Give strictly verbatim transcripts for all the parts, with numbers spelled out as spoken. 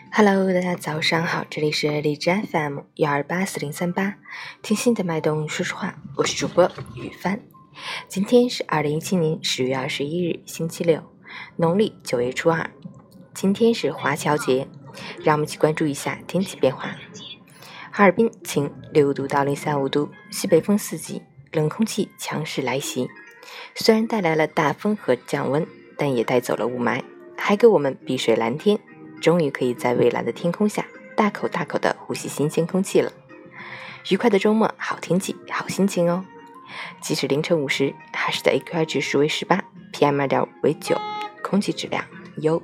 Hello， 大家早上好，这里是荔枝 F M 幺二八四零三八，听心的脉动说说话，我是主播雨帆。今天是二零一七年十月二十一日，星期六，农历九月初二。今天是华侨节，让我们一起关注一下天气变化。哈尔滨晴，六度到零下五度，西北风四级，冷空气强势来袭。虽然带来了大风和降温，但也带走了雾霾，还给我们碧水蓝天。终于可以在蔚蓝的天空下大口大口地呼吸新鲜空气了。愉快的周末，好天气，好心情哦。即使凌晨五时，还是的 A Q I 指数为十八 ，P M 二点五 为九，空气质量优。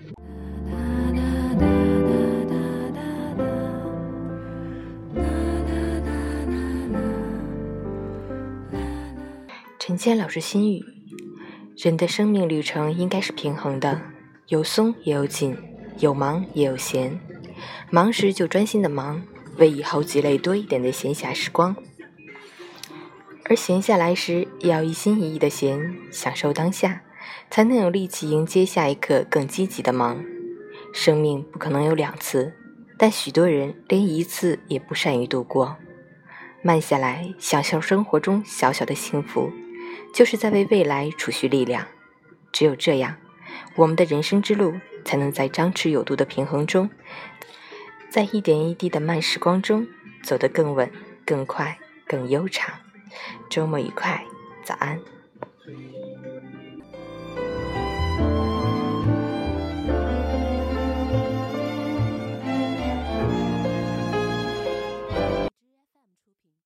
陈谦老师心语：人的生命旅程应该是平衡的，有松也有紧，有忙也有闲，忙时就专心的忙，为以后积累多一点的闲暇时光；而闲下来时，也要一心一意的闲，享受当下，才能有力气迎接下一刻更积极的忙。生命不可能有两次，但许多人连一次也不善于度过。慢下来，享受生活中小小的幸福，就是在为未来储蓄力量。只有这样，我们的人生之路才能在张弛有度的平衡中，在一点一滴的慢时光中走得更稳、更快、更悠长。周末愉快，早安。